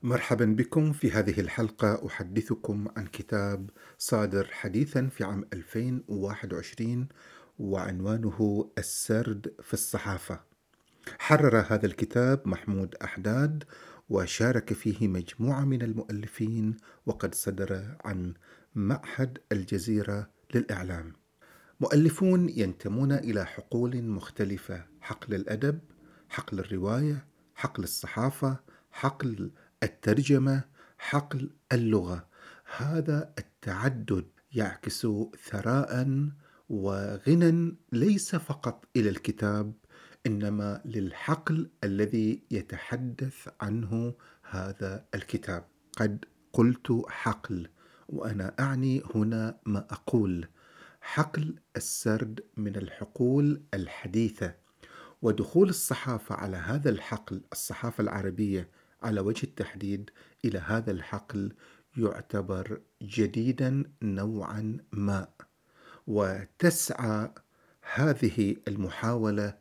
مرحبا بكم في هذه الحلقة. أحدثكم عن كتاب صادر حديثا في عام 2021 وعنوانه السرد في الصحافة. حرر هذا الكتاب محمود أحداد وشارك فيه مجموعة من المؤلفين، وقد صدر عن معهد الجزيرة للإعلام. مؤلفون ينتمون إلى حقول مختلفة: حقل الأدب، حقل الرواية، حقل الصحافة، حقل الترجمة، حقل اللغة. هذا التعدد يعكس ثراء وغنى ليس فقط إلى الكتاب، إنما للحقل الذي يتحدث عنه هذا الكتاب. قد قلت حقل، وأنا أعني هنا ما أقول: حقل السرد من الحقول الحديثة. ودخول الصحافة على هذا الحقل، الصحافة العربية على وجه التحديد، إلى هذا الحقل يعتبر جديدا نوعا ما. وتسعى هذه المحاولة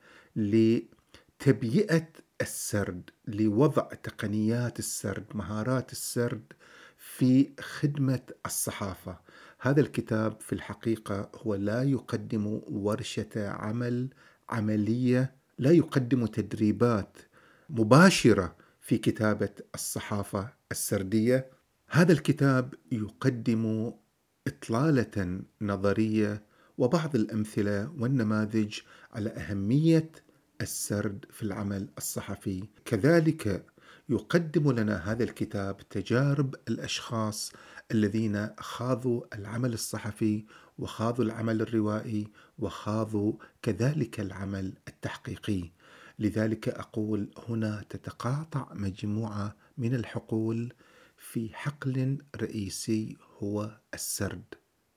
لتبيئة السرد، لوضع تقنيات السرد، مهارات السرد في خدمة الصحافة. هذا الكتاب في الحقيقة هو لا يقدم ورشة عمل عملية، لا يقدم تدريبات مباشرة في كتابة الصحافة السردية. هذا الكتاب يقدم إطلالة نظرية وبعض الأمثلة والنماذج على أهمية السرد في العمل الصحفي. كذلك يقدم لنا هذا الكتاب تجارب الأشخاص الذين خاضوا العمل الصحفي وخاضوا العمل الروائي وخاضوا كذلك العمل التحقيقي. لذلك أقول هنا تتقاطع مجموعة من الحقول في حقل رئيسي هو السرد.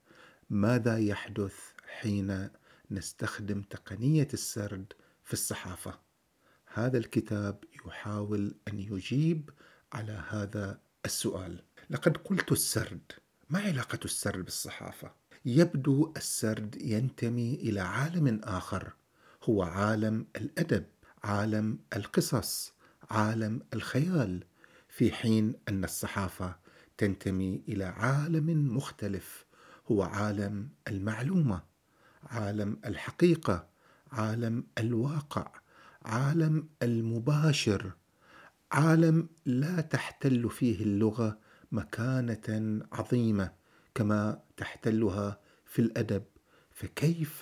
ماذا يحدث حين نستخدم تقنية السرد في الصحافة؟ هذا الكتاب يحاول أن يجيب على هذا السؤال. لقد قلت السرد، ما علاقة السرد بالصحافة؟ يبدو السرد ينتمي إلى عالم آخر، هو عالم الأدب، عالم القصص، عالم الخيال، في حين أن الصحافة تنتمي إلى عالم مختلف، هو عالم المعلومة، عالم الحقيقة، عالم الواقع، عالم المباشر، عالم لا تحتل فيه اللغة مكانة عظيمة كما تحتلها في الأدب. فكيف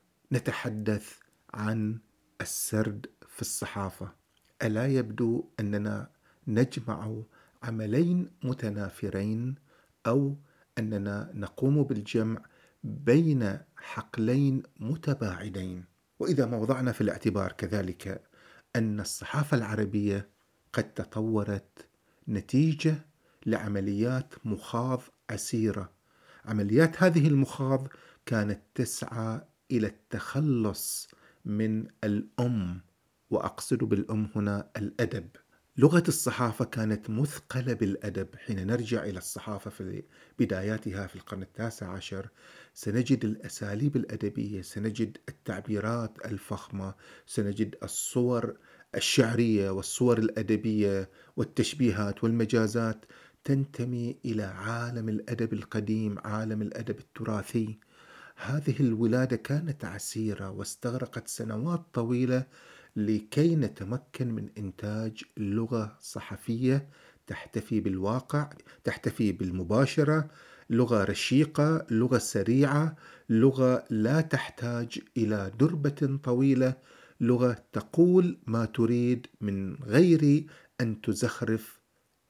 نتحدث عن السرد في الصحافة؟ ألا يبدو أننا نجمع عملين متنافرين، أو أننا نقوم بالجمع بين حقلين متباعدين؟ وإذا ما وضعنا في الاعتبار كذلك أن الصحافة العربية قد تطورت نتيجة لعمليات مخاض عسيرة، عمليات هذه المخاض كانت تسعى إلى التخلص من الأم، وأقصد بالأم هنا الأدب. لغة الصحافة كانت مثقلة بالأدب. حين نرجع إلى الصحافة في بداياتها في القرن ال19 سنجد الأساليب الأدبية، سنجد التعبيرات الفخمة، سنجد الصور الشعرية والصور الأدبية والتشبيهات والمجازات تنتمي إلى عالم الأدب القديم، عالم الأدب التراثي. هذه الولادة كانت عسيرة واستغرقت سنوات طويلة لكي نتمكن من إنتاج لغة صحفية تحتفي بالواقع، تحتفي بالمباشرة، لغة رشيقة، لغة سريعة، لغة لا تحتاج إلى دربة طويلة، لغة تقول ما تريد من غير أن تزخرف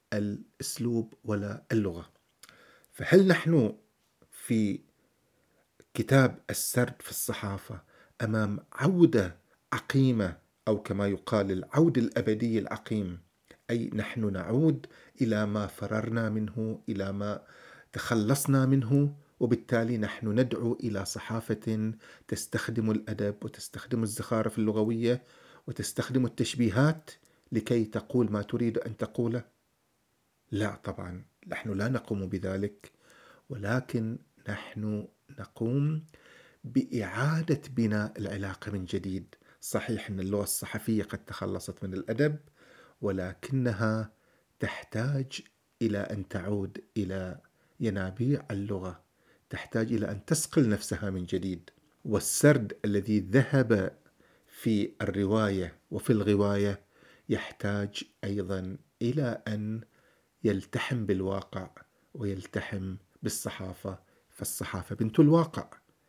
الأسلوب ولا اللغة. فهل نحن في كتاب السرد في الصحافة أمام عودة عقيمة، أو كما يقال العود الأبدي العقيم؟ أي نحن نعود إلى ما فررنا منه، إلى ما تخلصنا منه، وبالتالي نحن ندعو إلى صحافة تستخدم الأدب وتستخدم الزخارف اللغوية وتستخدم التشبيهات لكي تقول ما تريد أن تقوله؟ لا طبعا، نحن لا نقوم بذلك، ولكن نحن نقوم بإعادة بناء العلاقة من جديد. صحيح أن اللغة الصحفية قد تخلصت من الأدب، ولكنها تحتاج إلى أن تعود إلى ينابيع اللغة، تحتاج إلى أن تسقل نفسها من جديد. والسرد الذي ذهب في الرواية وفي الغواية يحتاج أيضا إلى أن يلتحم بالواقع ويلتحم بالصحافة، فالصحافة بنت الواقع.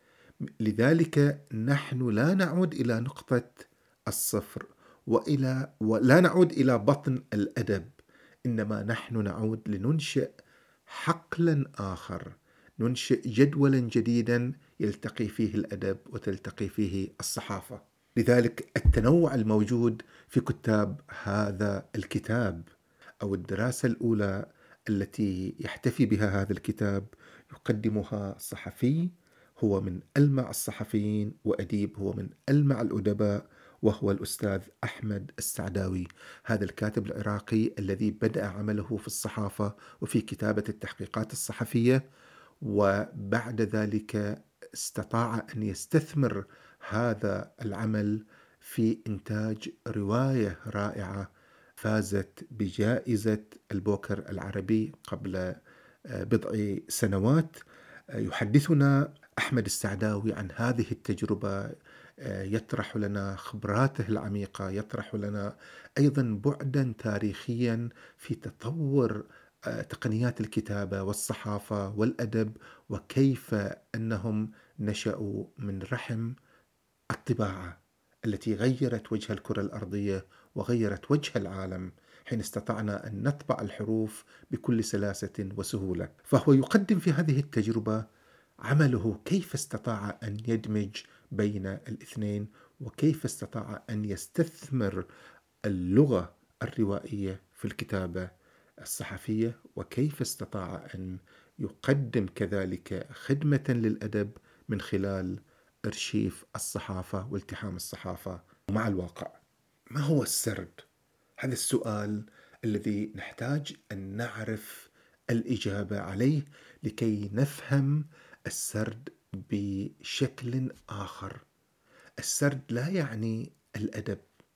لذلك نحن لا نعود إلى نقطة الصفر ولا نعود إلى بطن الأدب، إنما نحن نعود لننشئ حقلا آخر، ننشئ جدولا جديدا يلتقي فيه الأدب وتلتقي فيه الصحافة. لذلك التنوع الموجود في كتاب هذا الكتاب أو الدراسة الأولى التي يحتفي بها هذا الكتاب يقدمها صحفي هو من ألمع الصحفيين، وأديب هو من ألمع الأدباء، وهو الأستاذ أحمد السعداوي، هذا الكاتب العراقي الذي بدأ عمله في الصحافة وفي كتابة التحقيقات الصحفية، وبعد ذلك استطاع أن يستثمر هذا العمل في إنتاج رواية رائعة فازت بجائزة البوكر العربي قبل بضع سنوات. يحدثنا أحمد السعداوي عن هذه التجربة، يطرح لنا خبراته العميقة، يطرح لنا أيضا بعدا تاريخيا في تطور تقنيات الكتابة والصحافة والأدب، وكيف أنهم نشأوا من رحم الطباعة التي غيرت وجه الكرة الأرضية وغيرت وجه العالم، حين استطعنا أن نطبع الحروف بكل سلاسة وسهولة. فهو يقدم في هذه التجربة عمله كيف استطاع أن يدمج بين الاثنين، وكيف استطاع أن يستثمر اللغة الروائية في الكتابة الصحفية، وكيف استطاع أن يقدم كذلك خدمة للأدب من خلال أرشيف الصحافة والتحام الصحافة مع الواقع. ما هو السرد؟ هذا السؤال الذي نحتاج أن نعرف الإجابة عليه لكي نفهم السرد بشكل آخر. السرد لا يعني الأدب،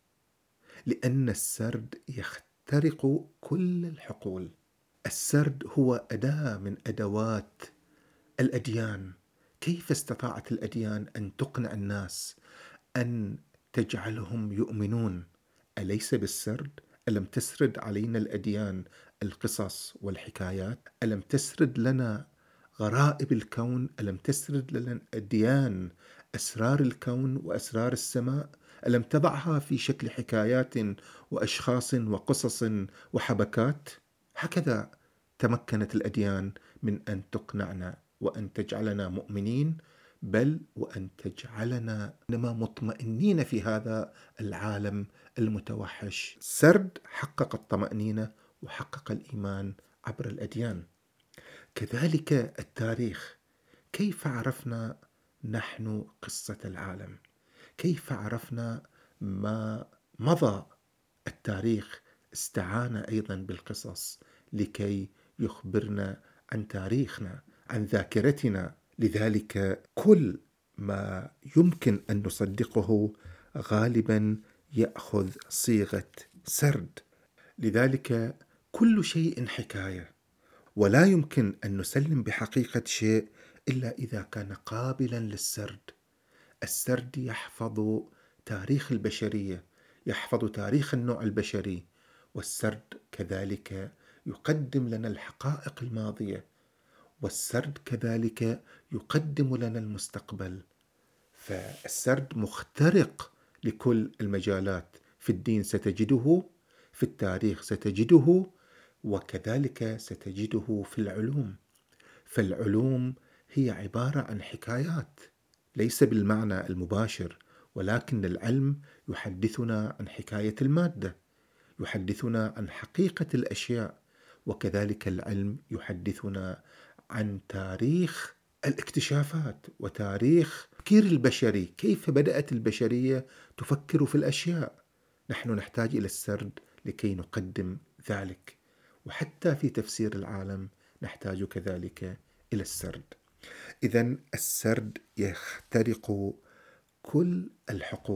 لأن السرد يخترق كل الحقول. السرد هو أداة من أدوات الأديان. كيف استطاعت الأديان أن تقنع الناس، أن تجعلهم يؤمنون؟ أليس بالسرد؟ ألم تسرد علينا الأديان القصص والحكايات؟ ألم تسرد لنا غرائب الكون؟ ألم تسرد لنا الأديان أسرار الكون وأسرار السماء؟ ألم تضعها في شكل حكايات وأشخاص وقصص وحبكات؟ هكذا تمكنت الأديان من أن تقنعنا وأن تجعلنا مؤمنين، بل وأن تجعلنا مطمئنين في هذا العالم المتوحش. سرد حقق الطمأنينة وحقق الإيمان عبر الأديان. كذلك التاريخ، كيف عرفنا نحن قصة العالم؟ كيف عرفنا ما مضى؟ التاريخ استعان أيضا بالقصص لكي يخبرنا عن تاريخنا، عن ذاكرتنا. لذلك كل ما يمكن أن نصدقه غالبا يأخذ صيغة سرد. لذلك كل شيء حكاية، ولا يمكن أن نسلم بحقيقة شيء إلا إذا كان قابلا للسرد. السرد يحفظ تاريخ البشرية، يحفظ تاريخ النوع البشري، والسرد كذلك يقدم لنا الحقائق الماضية، والسرد كذلك يقدم لنا المستقبل. فالسرد مخترق لكل المجالات، في الدين ستجده، في التاريخ ستجده، وكذلك ستجده في العلوم. فالعلوم هي عبارة عن حكايات، ليس بالمعنى المباشر، ولكن العلم يحدثنا عن حكاية المادة، يحدثنا عن حقيقة الأشياء، وكذلك العلم يحدثنا عن تاريخ الاكتشافات وتاريخ التفكير البشري، كيف بدأت البشرية تفكر في الأشياء. نحن نحتاج إلى السرد لكي نقدم ذلك، وحتى في تفسير العالم نحتاج كذلك إلى السرد. إذن السرد يخترق كل الحقول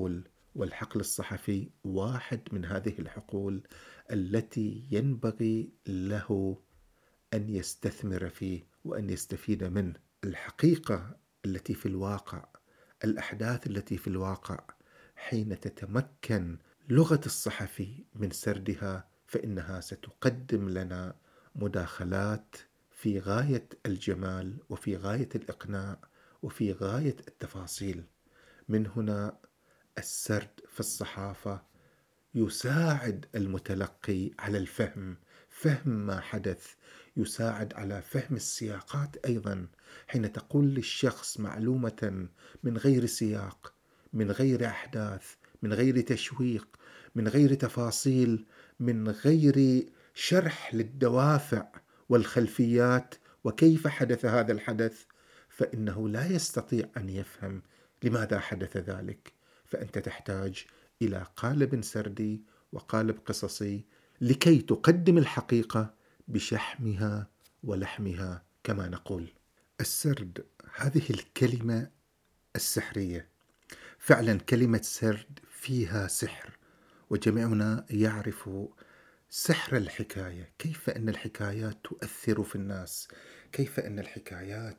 والحقل الصحفي واحد من هذه الحقول التي ينبغي له أن يستثمر فيه وأن يستفيد منه. الحقيقة التي في الواقع، الأحداث التي في الواقع، حين تتمكن لغة الصحفي من سردها فإنها ستقدم لنا مداخلات في غاية الجمال وفي غاية الإقناع وفي غاية التفاصيل. من هنا السرد في الصحافة يساعد المتلقي على الفهم، فهم ما حدث، يساعد على فهم السياقات أيضا. حين تقول للشخص معلومة من غير سياق، من غير أحداث، من غير تشويق، من غير تفاصيل، من غير شرح للدوافع والخلفيات وكيف حدث هذا الحدث، فإنه لا يستطيع أن يفهم لماذا حدث ذلك. فأنت تحتاج إلى قالب سردي وقالب قصصي لكي تقدم الحقيقة بشحمها ولحمها كما نقول. السرد، هذه الكلمة السحرية، فعلا كلمة سرد فيها سحر، وجميعنا يعرف سحر الحكاية، كيف أن الحكايات تؤثر في الناس، كيف أن الحكايات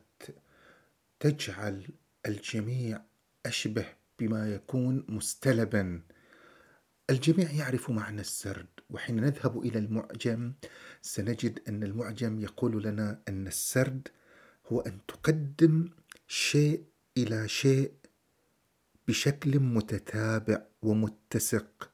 تجعل الجميع أشبه بما يكون مستلبا. الجميع يعرف معنى السرد، وحين نذهب إلى المعجم سنجد أن المعجم يقول لنا أن السرد هو أن تقدم شيء إلى شيء بشكل متتابع ومتسق،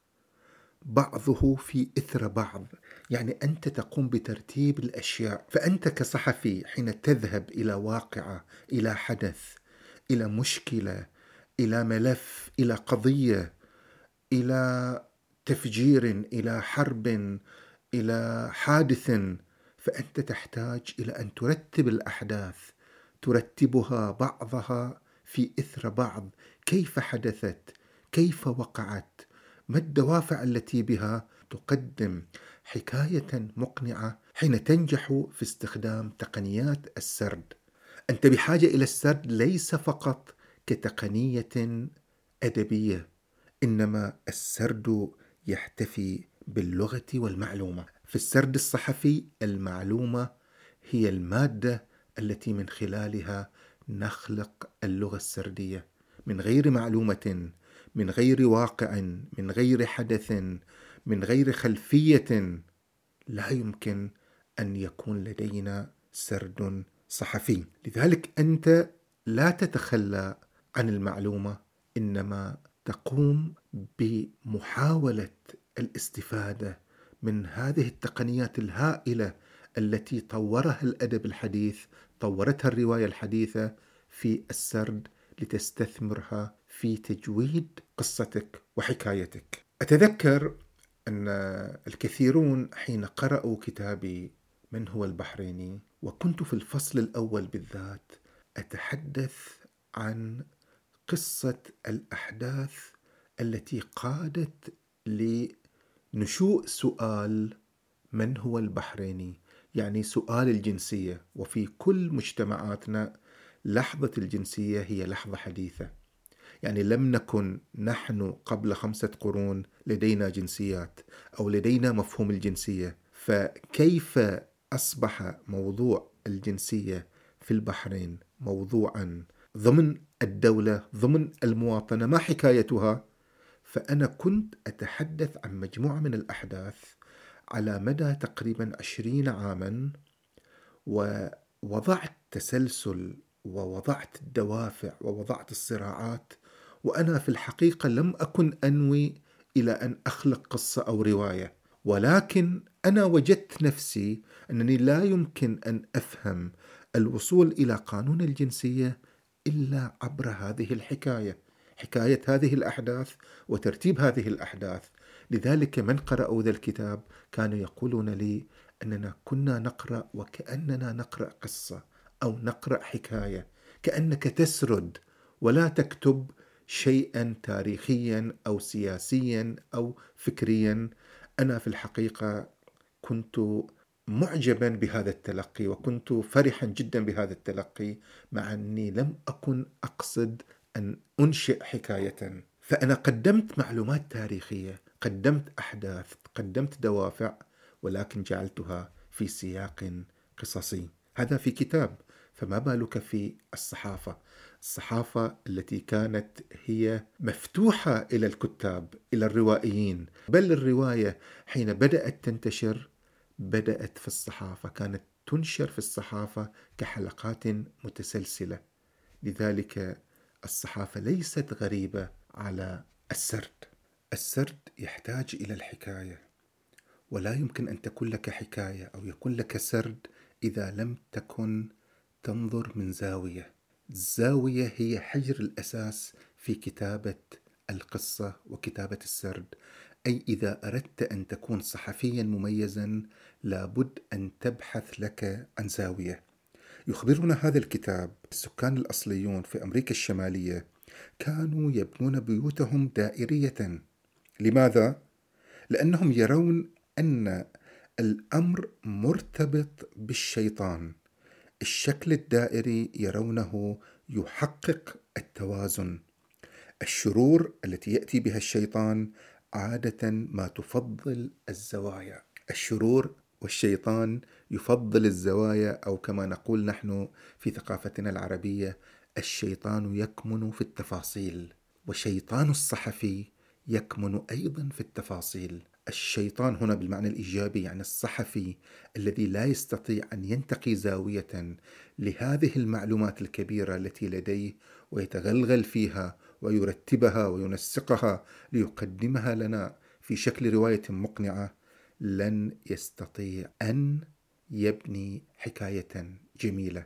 بعضه في إثر بعض، يعني أنت تقوم بترتيب الأشياء. فأنت كصحفي حين تذهب إلى واقعة، إلى حدث، إلى مشكلة، إلى ملف، إلى قضية، إلى تفجير، إلى حرب، إلى حادث، فأنت تحتاج إلى أن ترتب الأحداث، ترتبها بعضها في إثر بعض، كيف حدثت، كيف وقعت، ما الدوافع التي بها تقدم حكاية مقنعة. حين تنجح في استخدام تقنيات السرد، أنت بحاجة إلى السرد ليس فقط كتقنية أدبية، إنما السرد يحتفي باللغة والمعلومة. في السرد الصحفي المعلومة هي المادة التي من خلالها نخلق اللغة السردية. من غير معلومة، من غير واقع، من غير حدث، من غير خلفية، لا يمكن أن يكون لدينا سرد صحفي. لذلك أنت لا تتخلى عن المعلومة، إنما تقوم بمحاولة الاستفادة من هذه التقنيات الهائلة التي طورها الأدب الحديث، طورتها الرواية الحديثة في السرد، لتستثمرها في تجويد قصتك وحكايتك. أتذكر أن الكثيرون حين قرأوا كتابي من هو البحريني، وكنت في الفصل الأول بالذات أتحدث عن قصة الأحداث التي قادت لنشوء سؤال من هو البحريني، يعني سؤال الجنسية. وفي كل مجتمعاتنا لحظة الجنسية هي لحظة حديثة، يعني لم نكن نحن قبل 5 قرون لدينا جنسيات أو لدينا مفهوم الجنسية، فكيف أصبح موضوع الجنسية في البحرين موضوعا ضمن الدولة، ضمن المواطنة، ما حكايتها؟ فأنا كنت أتحدث عن مجموعة من الأحداث على مدى تقريبا 20 عاما، ووضعت تسلسل ووضعت الدوافع ووضعت الصراعات، وأنا في الحقيقة لم أكن أنوي إلى أن أخلق قصة أو رواية، ولكن أنا وجدت نفسي أنني لا يمكن أن أفهم الوصول إلى قانون الجنسية إلا عبر هذه الحكاية، حكاية هذه الأحداث وترتيب هذه الأحداث. لذلك من قرأوا ذا الكتاب كانوا يقولون لي أننا كنا نقرأ وكأننا نقرأ قصة أو نقرأ حكاية، كأنك تسرد ولا تكتب شيئا تاريخيا أو سياسيا أو فكريا. أنا في الحقيقة كنت معجبا بهذا التلقي، وكنت فرحا جدا بهذا التلقي، مع أني لم أكن أقصد أن أنشئ حكاية. فأنا قدمت معلومات تاريخية، قدمت أحداث، قدمت دوافع، ولكن جعلتها في سياق قصصي. هذا في كتاب، فما بالك في الصحافة؟ الصحافة التي كانت هي مفتوحة إلى الكتاب، إلى الروائيين، بل الرواية حين بدأت تنتشر بدأت في الصحافة، كانت تنشر في الصحافة كحلقات متسلسلة. لذلك الصحافة ليست غريبة على السرد. السرد يحتاج إلى الحكاية، ولا يمكن أن تكون لك حكاية أو يكون لك سرد إذا لم تكن تنظر من زاوية. الزاوية هي حجر الأساس في كتابة القصة وكتابة السرد. أي إذا أردت أن تكون صحفيا مميزا لابد أن تبحث لك عن زاوية. يخبرنا هذا الكتاب السكان الأصليون في أمريكا الشمالية كانوا يبنون بيوتهم دائرية. لماذا؟ لأنهم يرون أن الأمر مرتبط بالشيطان. الشكل الدائري يرونه يحقق التوازن. الشرور التي يأتي بها الشيطان عادة ما تفضل الزوايا. الشرور والشيطان يفضل الزوايا، أو كما نقول نحن في ثقافتنا العربية: الشيطان يكمن في التفاصيل. وشيطان الصحفي يكمن أيضا في التفاصيل. الشيطان هنا بالمعنى الإيجابي، يعني الصحفي الذي لا يستطيع أن ينتقي زاوية لهذه المعلومات الكبيرة التي لديه ويتغلغل فيها ويرتبها وينسقها ليقدمها لنا في شكل رواية مقنعة، لن يستطيع أن يبني حكاية جميلة.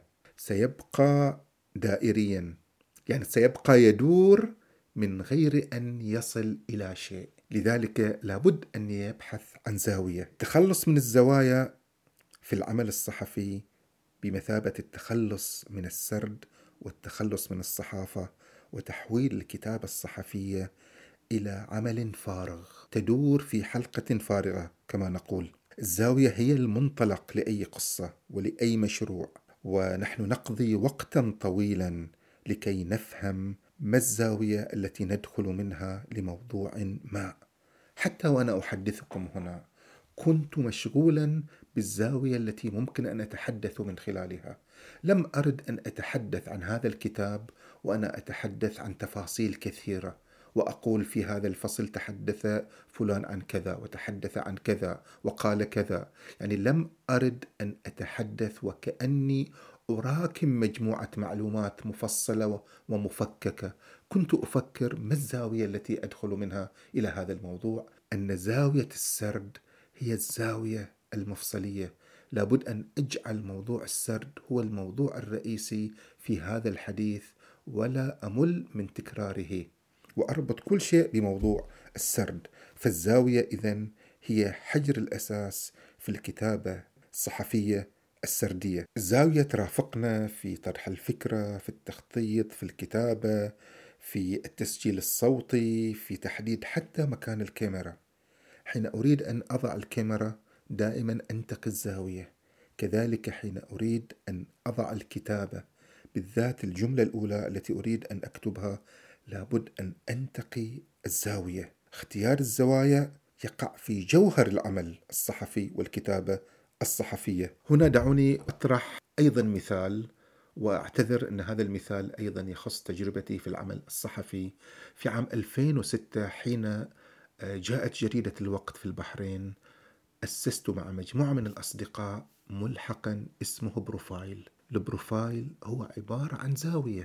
سيبقى دائريا، يعني سيبقى يدور من غير أن يصل إلى شيء. لذلك لابد أن يبحث عن زاوية. التخلص من الزوايا في العمل الصحفي بمثابة التخلص من السرد والتخلص من الصحافة وتحويل الكتابة الصحفية إلى عمل فارغ، تدور في حلقة فارغة كما نقول. الزاوية هي المنطلق لأي قصة ولأي مشروع، ونحن نقضي وقتا طويلا لكي نفهم ما الزاوية التي ندخل منها لموضوع ما. حتى وأنا أحدثكم هنا كنت مشغولا بالزاوية التي ممكن أن أتحدث من خلالها. لم أرد أن أتحدث عن هذا الكتاب وأنا أتحدث عن تفاصيل كثيرة، وأقول في هذا الفصل تحدث فلان عن كذا وتحدث عن كذا وقال كذا. يعني لم أرد أن أتحدث وكأني أراكم مجموعة معلومات مفصلة ومفككة. كنت أفكر ما الزاوية التي أدخل منها إلى هذا الموضوع. أن زاوية السرد هي الزاوية المفصلية. لابد أن أجعل موضوع السرد هو الموضوع الرئيسي في هذا الحديث، ولا أمل من تكراره، وأربط كل شيء بموضوع السرد. فالزاوية إذن هي حجر الأساس في الكتابة الصحفية السردية. الزاوية ترافقنا في طرح الفكرة، في التخطيط، في الكتابة، في التسجيل الصوتي، في تحديد حتى مكان الكاميرا. حين أريد أن أضع الكاميرا دائما أنتقي الزاوية. كذلك حين أريد أن أضع الكتابة، بالذات الجملة الأولى التي أريد أن أكتبها، لابد أن أنتقي الزاوية. اختيار الزوايا يقع في جوهر العمل الصحفي والكتابة الصحفية. هنا دعوني أطرح أيضا مثال، وأعتذر أن هذا المثال أيضا يخص تجربتي في العمل الصحفي. في عام 2006 حين جاءت جريدة الوقت في البحرين، أسست مع مجموعة من الأصدقاء ملحقا اسمه بروفايل. البروفايل هو عبارة عن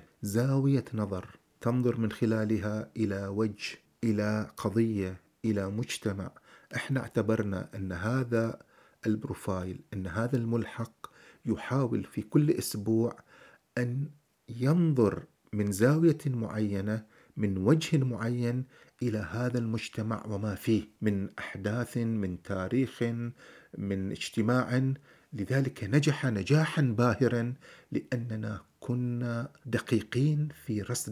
زاوية نظر تنظر من خلالها إلى وجه، إلى قضية، إلى مجتمع. احنا اعتبرنا أن هذا البروفايل، أن هذا الملحق يحاول في كل أسبوع أن ينظر من زاوية معينة، من وجه معين، إلى هذا المجتمع وما فيه من أحداث، من تاريخ، من اجتماع. لذلك نجح نجاحا باهرا، لأننا كنا دقيقين في رصد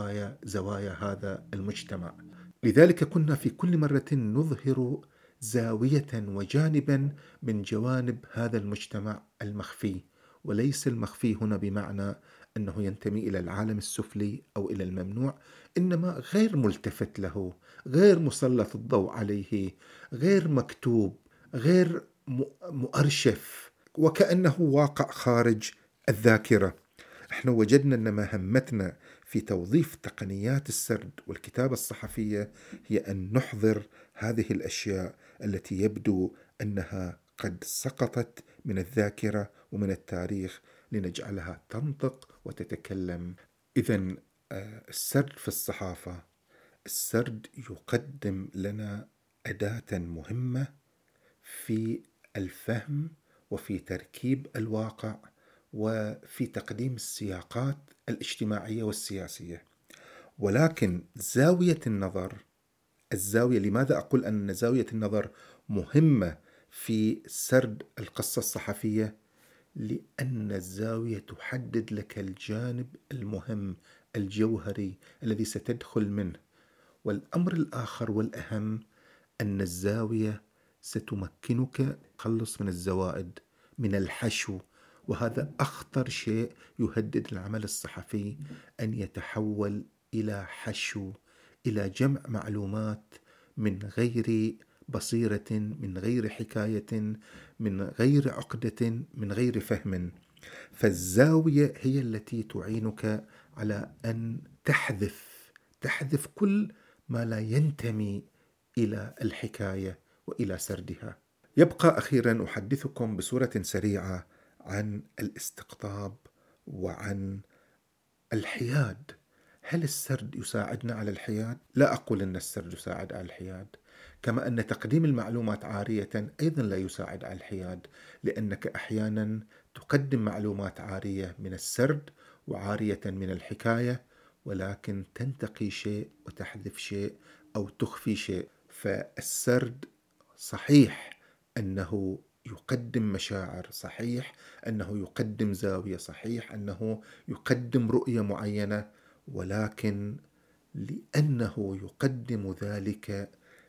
زوايا هذا المجتمع. لذلك كنا في كل مرة نظهر زاوية وجانبا من جوانب هذا المجتمع المخفي، وليس المخفي هنا بمعنى أنه ينتمي إلى العالم السفلي أو إلى الممنوع، إنما غير ملتفت له، غير مسلط الضوء عليه، غير مكتوب، غير مؤرشف، وكأنه واقع خارج الذاكرة. احنا وجدنا أن مهمتنا في توظيف تقنيات السرد والكتابة الصحفية هي أن نحضر هذه الأشياء التي يبدو أنها قد سقطت من الذاكرة ومن التاريخ، لنجعلها تنطق وتتكلم. إذن السرد في الصحافة، السرد يقدم لنا أداة مهمة في الفهم وفي تركيب الواقع وفي تقديم السياقات الاجتماعية والسياسية. ولكن زاوية النظر، لماذا أقول أن زاوية النظر مهمة في سرد القصة الصحفية؟ لأن الزاوية تحدد لك الجانب المهم الجوهري الذي ستدخل منه. والأمر الآخر والأهم أن الزاوية ستمكنك تخلص من الزوائد، من الحشو، وهذا أخطر شيء يهدد العمل الصحفي، أن يتحول إلى حشو، إلى جمع معلومات من غير بصيرة، من غير حكاية، من غير عقدة، من غير فهم. فالزاوية هي التي تعينك على أن تحذف كل ما لا ينتمي إلى الحكاية وإلى سردها. يبقى أخيرا أحدثكم بصورة سريعة عن الاستقطاب وعن الحياد. هل السرد يساعدنا على الحياد؟ لا أقول أن السرد يساعد على الحياد، كما أن تقديم المعلومات عارية أيضا لا يساعد على الحياد، لأنك أحيانا تقدم معلومات عارية من السرد وعارية من الحكاية، ولكن تنتقي شيء وتحذف شيء أو تخفي شيء. فالسرد صحيح أنه يقدم مشاعر، صحيح أنه يقدم زاوية، صحيح أنه يقدم رؤية معينة، ولكن لأنه يقدم ذلك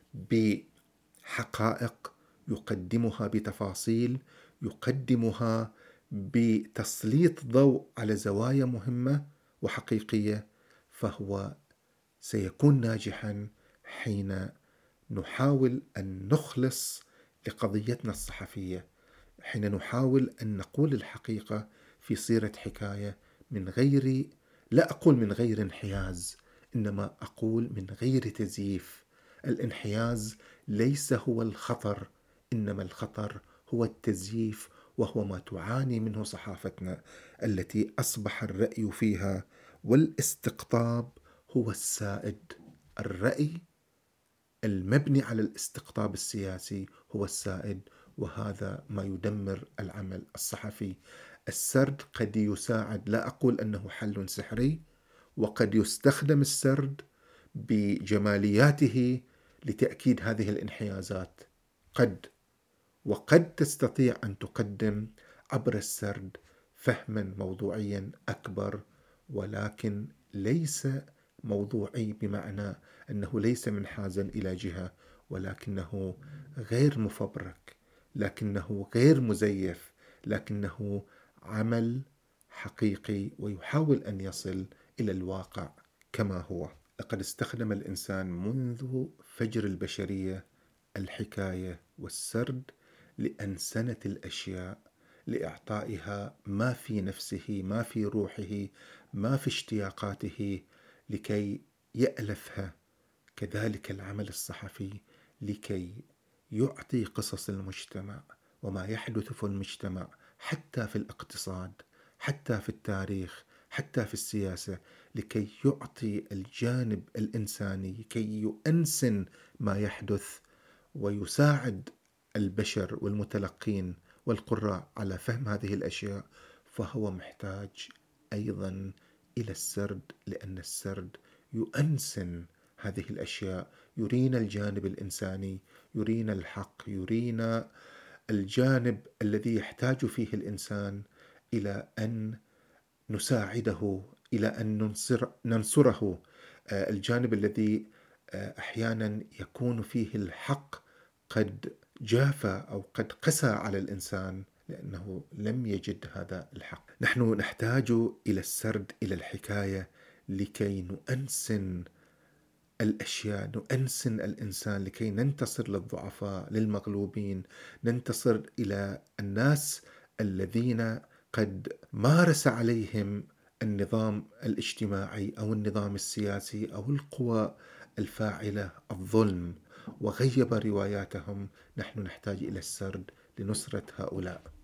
بحقائق، يقدمها بتفاصيل، يقدمها بتسليط ضوء على زوايا مهمة وحقيقية، فهو سيكون ناجحا حين نحاول أن نخلص لقضيتنا الصحفية، حين نحاول أن نقول الحقيقة في صيغة حكاية، من غير، لا أقول من غير انحياز، إنما أقول من غير تزييف. الانحياز ليس هو الخطر، إنما الخطر هو التزييف، وهو ما تعاني منه صحافتنا التي أصبح الرأي فيها والاستقطاب هو السائد. الرأي المبني على الاستقطاب السياسي هو السائد، وهذا ما يدمر العمل الصحفي. السرد قد يساعد، لا أقول أنه حل سحري، وقد يستخدم السرد بجمالياته لتأكيد هذه الانحيازات، وقد تستطيع أن تقدم عبر السرد فهما موضوعيا أكبر، ولكن ليس موضوعي بمعنى أنه ليس منحازا إلى جهة، ولكنه غير مفبرك، لكنه غير مزيف، لكنه عمل حقيقي ويحاول أن يصل إلى الواقع كما هو. لقد استخدم الإنسان منذ فجر البشرية الحكاية والسرد لأنسنة الأشياء، لإعطائها ما في نفسه، ما في روحه، ما في اشتياقاته، لكي يألفها. كذلك العمل الصحفي لكي يعطي قصص المجتمع وما يحدث في المجتمع، حتى في الاقتصاد، حتى في التاريخ، حتى في السياسة، لكي يعطي الجانب الإنساني، كي يؤنسن ما يحدث ويساعد البشر والمتلقين والقراء على فهم هذه الأشياء. فهو محتاج أيضا إلى السرد، لأن السرد يؤنسن هذه الأشياء، يرينا الجانب الإنساني، يرينا الحق، يرينا الجانب الذي يحتاج فيه الإنسان إلى أن نساعده، إلى أن ننصره، الجانب الذي أحيانا يكون فيه الحق قد جاف أو قد قسى على الإنسان لأنه لم يجد هذا الحق. نحن نحتاج إلى السرد، إلى الحكاية، لكي نؤنسن الأشياء، نؤنسن الإنسان، لكي ننتصر للضعفاء، للمغلوبين، ننتصر إلى الناس الذين قد مارس عليهم النظام الاجتماعي أو النظام السياسي أو القوى الفاعلة الظلم، وغيب رواياتهم. نحن نحتاج إلى السرد لنصرة هؤلاء.